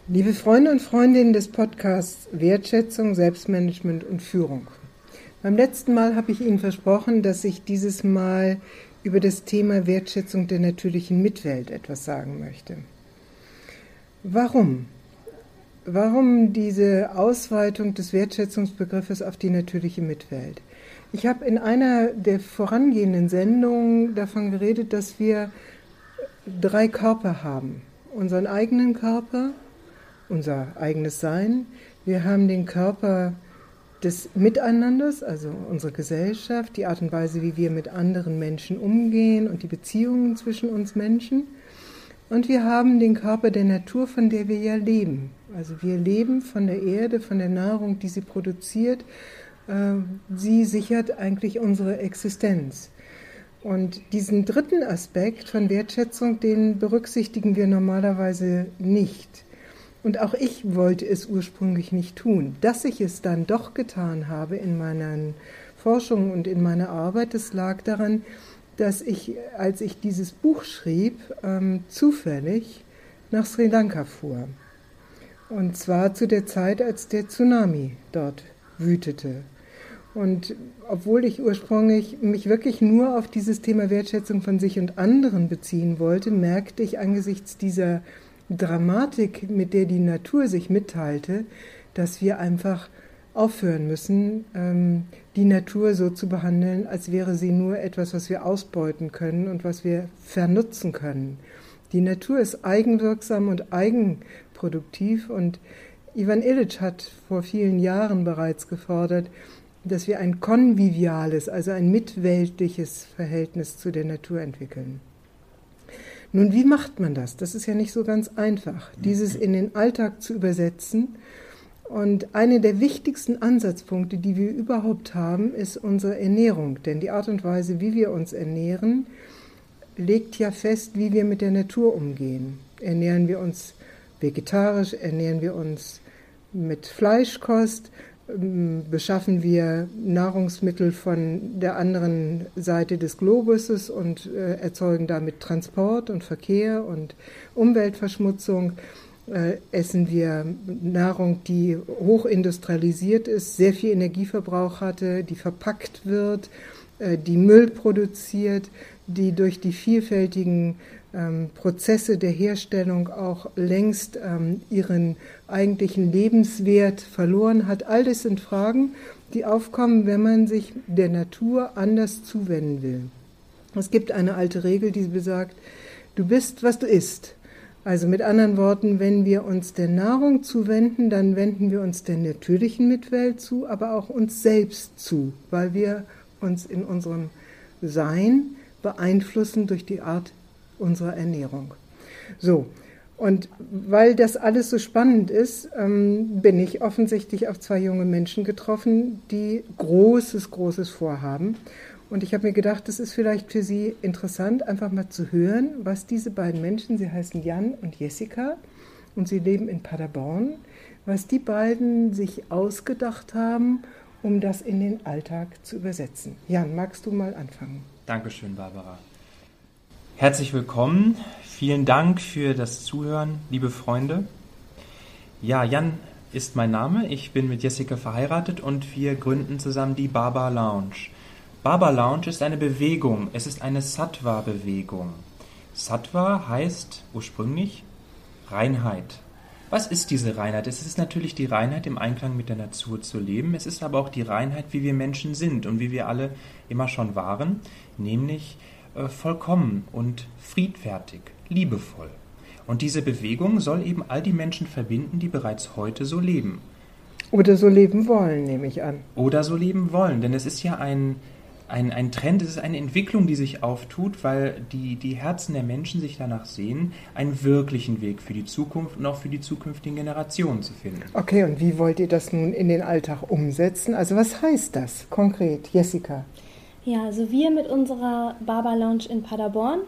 Liebe Freunde und Freundinnen des Podcasts Wertschätzung, Selbstmanagement und Führung. Beim letzten Mal habe ich Ihnen versprochen, dass ich dieses Mal über das Thema Wertschätzung der natürlichen Mitwelt etwas sagen möchte. Warum? Warum diese Ausweitung des Wertschätzungsbegriffes auf die natürliche Mitwelt? Ich habe in einer der vorangehenden Sendungen davon geredet, dass wir 3 Körper haben. Unseren eigenen Körper, unser eigenes Sein. Wir haben den Körper des Miteinanders, also unsere Gesellschaft, die Art und Weise, wie wir mit anderen Menschen umgehen und die Beziehungen zwischen uns Menschen. Und wir haben den Körper der Natur, von der wir ja leben. Also wir leben von der Erde, von der Nahrung, die sie produziert. Sie sichert eigentlich unsere Existenz. Und diesen dritten Aspekt von Wertschätzung, den berücksichtigen wir normalerweise nicht. Und auch ich wollte es ursprünglich nicht tun. Dass ich es dann doch getan habe in meinen Forschungen und in meiner Arbeit, das lag daran, dass ich, als ich dieses Buch schrieb, zufällig nach Sri Lanka fuhr. Und zwar zu der Zeit, als der Tsunami dort wütete. Und obwohl ich ursprünglich mich wirklich nur auf dieses Thema Wertschätzung von sich und anderen beziehen wollte, merkte ich angesichts dieser Dramatik, mit der die Natur sich mitteilte, dass wir einfach aufhören müssen, die Natur so zu behandeln, als wäre sie nur etwas, was wir ausbeuten können und was wir vernutzen können. Die Natur ist eigenwirksam und eigenproduktiv und Ivan Illich hat vor vielen Jahren bereits gefordert, dass wir ein konviviales, also ein mitweltliches Verhältnis zu der Natur entwickeln. Nun, wie macht man das? Das ist ja nicht so ganz einfach, dieses in den Alltag zu übersetzen. Und einer der wichtigsten Ansatzpunkte, die wir überhaupt haben, ist unsere Ernährung. Denn die Art und Weise, wie wir uns ernähren, legt ja fest, wie wir mit der Natur umgehen. Ernähren wir uns vegetarisch, ernähren wir uns mit Fleischkost, beschaffen wir Nahrungsmittel von der anderen Seite des Globuses und erzeugen damit Transport und Verkehr und Umweltverschmutzung. Essen wir Nahrung, die hochindustrialisiert ist, sehr viel Energieverbrauch hatte, die verpackt wird, die Müll produziert, die durch die vielfältigen Prozesse der Herstellung auch längst ihren eigentlichen Lebenswert verloren hat. All das sind Fragen, die aufkommen, wenn man sich der Natur anders zuwenden will. Es gibt eine alte Regel, die besagt, du bist, was du isst. Also mit anderen Worten, wenn wir uns der Nahrung zuwenden, dann wenden wir uns der natürlichen Mitwelt zu, aber auch uns selbst zu, weil wir uns in unserem Sein beeinflussen durch die Art unserer Ernährung. So, und weil das alles so spannend ist, bin ich offensichtlich auf 2 junge Menschen getroffen, die großes vorhaben. Und ich habe mir gedacht, es ist vielleicht für Sie interessant, einfach mal zu hören, was diese beiden Menschen, sie heißen Jan und Jessica und sie leben in Paderborn, was die beiden sich ausgedacht haben, um das in den Alltag zu übersetzen. Jan, magst du mal anfangen? Dankeschön, Barbara. Herzlich willkommen. Vielen Dank für das Zuhören, liebe Freunde. Ja, Jan ist mein Name. Ich bin mit Jessica verheiratet und wir gründen zusammen die Baba Lounge. Baba Lounge ist eine Bewegung. Es ist eine Sattva-Bewegung. Sattva heißt ursprünglich Reinheit. Was ist diese Reinheit? Es ist natürlich die Reinheit, im Einklang mit der Natur zu leben. Es ist aber auch die Reinheit, wie wir Menschen sind und wie wir alle immer schon waren, nämlich vollkommen und friedfertig, liebevoll. Und diese Bewegung soll eben all die Menschen verbinden, die bereits heute so leben. Oder so leben wollen, nehme ich an. Oder so leben wollen, denn es ist ja ein Trend, es ist eine Entwicklung, die sich auftut, weil die Herzen der Menschen sich danach sehen, einen wirklichen Weg für die Zukunft und auch für die zukünftigen Generationen zu finden. Okay, und wie wollt ihr das nun in den Alltag umsetzen? Also was heißt das konkret, Jessica? Ja, also wir mit unserer Baba Lounge in Paderborn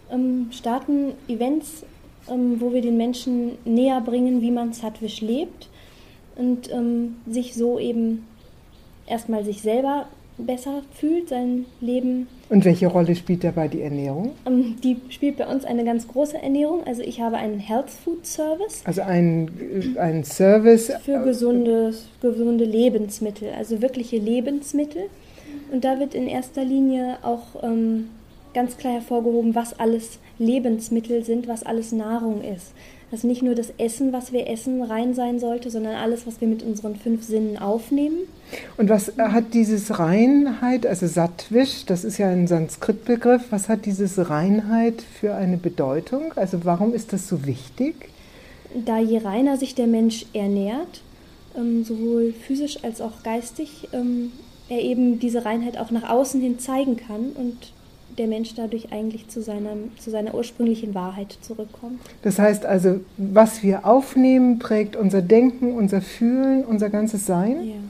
starten Events, wo wir den Menschen näher bringen, wie man sattwisch lebt und sich so eben erstmal sich selber besser fühlt, sein Leben. Und welche Rolle spielt dabei die Ernährung? Die spielt bei uns eine ganz große Ernährung. Also ich habe einen Health Food Service. Also ein Service für gesunde Lebensmittel, also wirkliche Lebensmittel. Und da wird in erster Linie auch ganz klar hervorgehoben, was alles Lebensmittel sind, was alles Nahrung ist. Dass nicht nur das Essen, was wir essen, rein sein sollte, sondern alles, was wir mit unseren 5 Sinnen aufnehmen. Und was hat dieses Reinheit, also Sattvish, das ist ja ein Sanskrit-Begriff, was hat dieses Reinheit für eine Bedeutung? Also warum ist das so wichtig? Da je reiner sich der Mensch ernährt, sowohl physisch als auch geistig, er eben diese Reinheit auch nach außen hin zeigen kann und der Mensch dadurch eigentlich zu seiner ursprünglichen Wahrheit zurückkommt. Das heißt also, was wir aufnehmen, prägt unser Denken, unser Fühlen, unser ganzes Sein? Ja.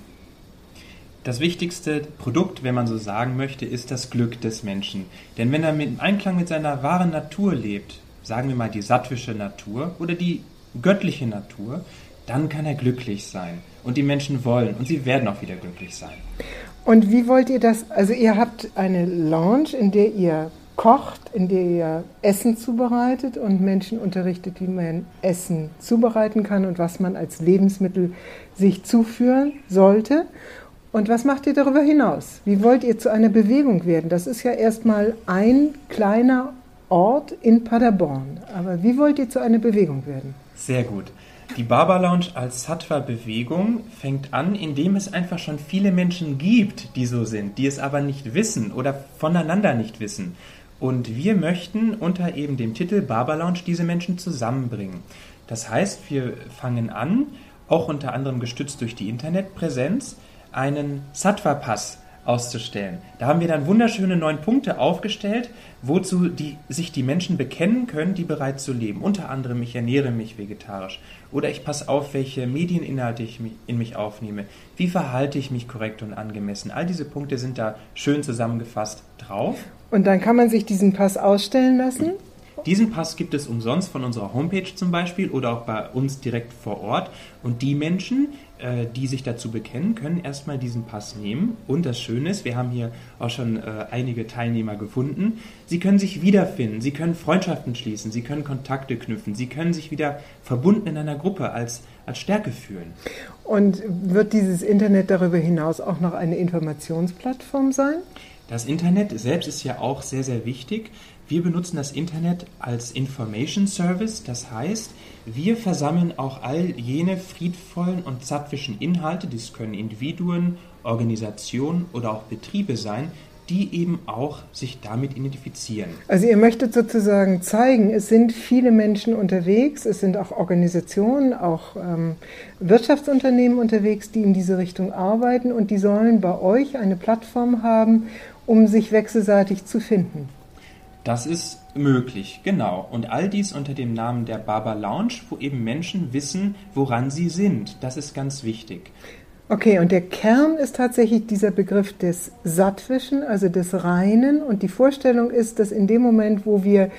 Das wichtigste Produkt, wenn man so sagen möchte, ist das Glück des Menschen. Denn wenn er im Einklang mit seiner wahren Natur lebt, sagen wir mal die sattwische Natur oder die göttliche Natur, dann kann er glücklich sein. Und die Menschen wollen und sie werden auch wieder glücklich sein. Und wie wollt ihr das, also ihr habt eine Lounge, in der ihr kocht, in der ihr Essen zubereitet und Menschen unterrichtet, wie man Essen zubereiten kann und was man als Lebensmittel sich zuführen sollte. Und was macht ihr darüber hinaus? Wie wollt ihr zu einer Bewegung werden? Das ist ja erstmal ein kleiner Ort in Paderborn. Aber wie wollt ihr zu einer Bewegung werden? Sehr gut. Die Baba Lounge als Sattva-Bewegung fängt an, indem es einfach schon viele Menschen gibt, die so sind, die es aber nicht wissen oder voneinander nicht wissen. Und wir möchten unter eben dem Titel Baba Lounge diese Menschen zusammenbringen. Das heißt, wir fangen an, auch unter anderem gestützt durch die Internetpräsenz, einen Sattva-Pass auszustellen. Da haben wir dann wunderschöne 9 Punkte aufgestellt, wozu sich die Menschen bekennen können, die bereit zu leben. Unter anderem, ich ernähre mich vegetarisch oder ich passe auf, welche Medieninhalte ich in mich aufnehme. Wie verhalte ich mich korrekt und angemessen? All diese Punkte sind da schön zusammengefasst drauf. Und dann kann man sich diesen Pass ausstellen lassen? Diesen Pass gibt es umsonst von unserer Homepage zum Beispiel oder auch bei uns direkt vor Ort. Und die Menschen, die sich dazu bekennen, können erstmal diesen Pass nehmen. Und das Schöne ist, wir haben hier auch schon einige Teilnehmer gefunden. Sie können sich wiederfinden, sie können Freundschaften schließen, sie können Kontakte knüpfen, sie können sich wieder verbunden in einer Gruppe als Stärke fühlen. Und wird dieses Internet darüber hinaus auch noch eine Informationsplattform sein? Das Internet selbst ist ja auch sehr, sehr wichtig. Wir benutzen das Internet als Information Service, das heißt, wir versammeln auch all jene friedvollen und sattwischen Inhalte, das können Individuen, Organisationen oder auch Betriebe sein, die eben auch sich damit identifizieren. Also ihr möchtet sozusagen zeigen, es sind viele Menschen unterwegs, es sind auch Organisationen, auch Wirtschaftsunternehmen unterwegs, die in diese Richtung arbeiten und die sollen bei euch eine Plattform haben, um sich wechselseitig zu finden. Das ist möglich, genau. Und all dies unter dem Namen der Baba Lounge, wo eben Menschen wissen, woran sie sind. Das ist ganz wichtig. Okay, und der Kern ist tatsächlich dieser Begriff des Sattwischen, also des Reinen. Und die Vorstellung ist, dass in dem Moment, wo wir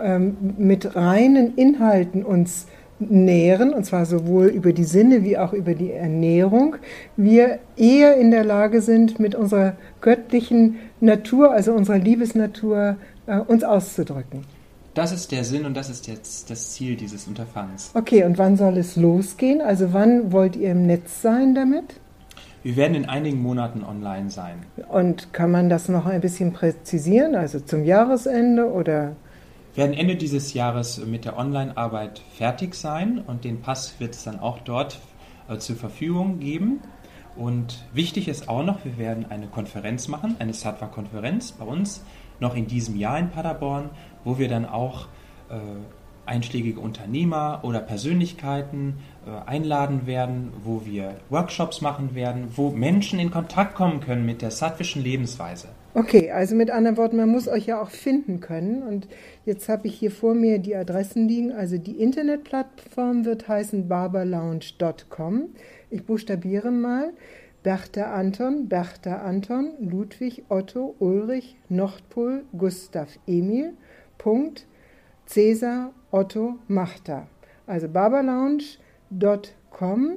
mit reinen Inhalten uns nähren, und zwar sowohl über die Sinne wie auch über die Ernährung, wir eher in der Lage sind, mit unserer göttlichen Natur, also unserer Liebesnatur, uns auszudrücken. Das ist der Sinn und das ist jetzt das Ziel dieses Unterfangens. Okay, und wann soll es losgehen? Also wann wollt ihr im Netz sein damit? Wir werden in einigen Monaten online sein. Und kann man das noch ein bisschen präzisieren, also zum Jahresende oder? Wir werden Ende dieses Jahres mit der Online-Arbeit fertig sein und den Pass wird es dann auch dort zur Verfügung geben. Und wichtig ist auch noch, wir werden eine Konferenz machen, eine Sattva-Konferenz bei uns, noch in diesem Jahr in Paderborn, wo wir dann auch einschlägige Unternehmer oder Persönlichkeiten einladen werden, wo wir Workshops machen werden, wo Menschen in Kontakt kommen können mit der sattwischen Lebensweise. Okay, also mit anderen Worten, man muss euch ja auch finden können. Und jetzt habe ich hier vor mir die Adressen liegen. Also die Internetplattform wird heißen babalounge.com. Ich buchstabiere mal. Bertha Anton, Ludwig, Otto, Ulrich, Nordpol, Gustav, Emil, Punkt, Cäsar, Otto, Martha. Also babalounge.com.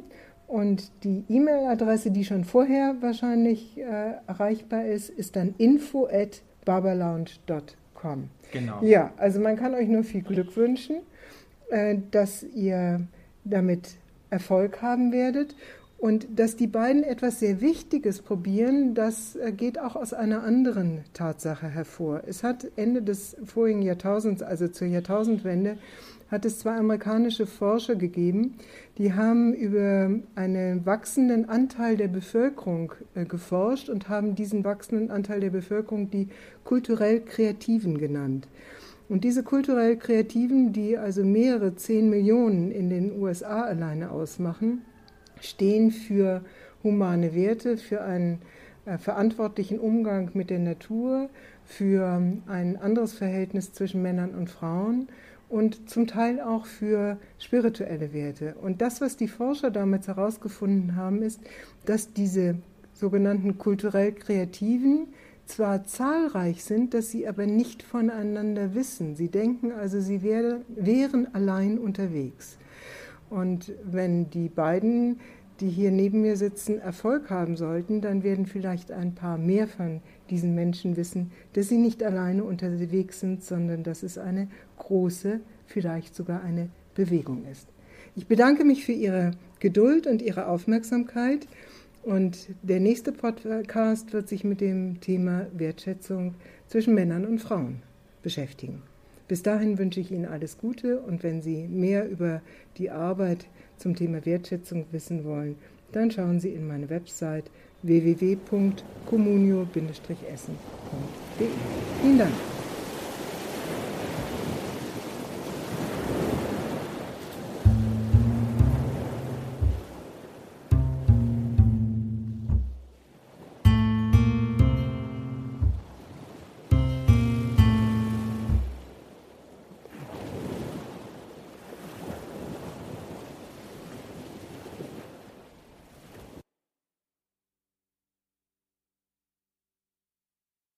Und die E-Mail-Adresse, die schon vorher wahrscheinlich erreichbar ist dann info@barbalounge.com. Genau. Ja, also man kann euch nur viel Glück wünschen, dass ihr damit Erfolg haben werdet. Und dass die beiden etwas sehr Wichtiges probieren, das geht auch aus einer anderen Tatsache hervor. Es hat Ende des vorigen Jahrtausends, also zur Jahrtausendwende, hat es 2 amerikanische Forscher gegeben, die haben über einen wachsenden Anteil der Bevölkerung geforscht und haben diesen wachsenden Anteil der Bevölkerung die kulturell Kreativen genannt. Und diese kulturell Kreativen, die also mehrere 10 Millionen in den USA alleine ausmachen, stehen für humane Werte, für einen verantwortlichen Umgang mit der Natur, für ein anderes Verhältnis zwischen Männern und Frauen und zum Teil auch für spirituelle Werte. Und das, was die Forscher damals herausgefunden haben, ist, dass diese sogenannten kulturell Kreativen zwar zahlreich sind, dass sie aber nicht voneinander wissen. Sie denken also, sie wären allein unterwegs. Und wenn die beiden, die hier neben mir sitzen, Erfolg haben sollten, dann werden vielleicht ein paar mehr von diesen Menschen wissen, dass sie nicht alleine unterwegs sind, sondern dass es eine große, vielleicht sogar eine Bewegung ist. Ich bedanke mich für Ihre Geduld und Ihre Aufmerksamkeit. Und der nächste Podcast wird sich mit dem Thema Wertschätzung zwischen Männern und Frauen beschäftigen. Bis dahin wünsche ich Ihnen alles Gute und wenn Sie mehr über die Arbeit zum Thema Wertschätzung wissen wollen, dann schauen Sie in meine Website www.communio-essen.de. Vielen Dank.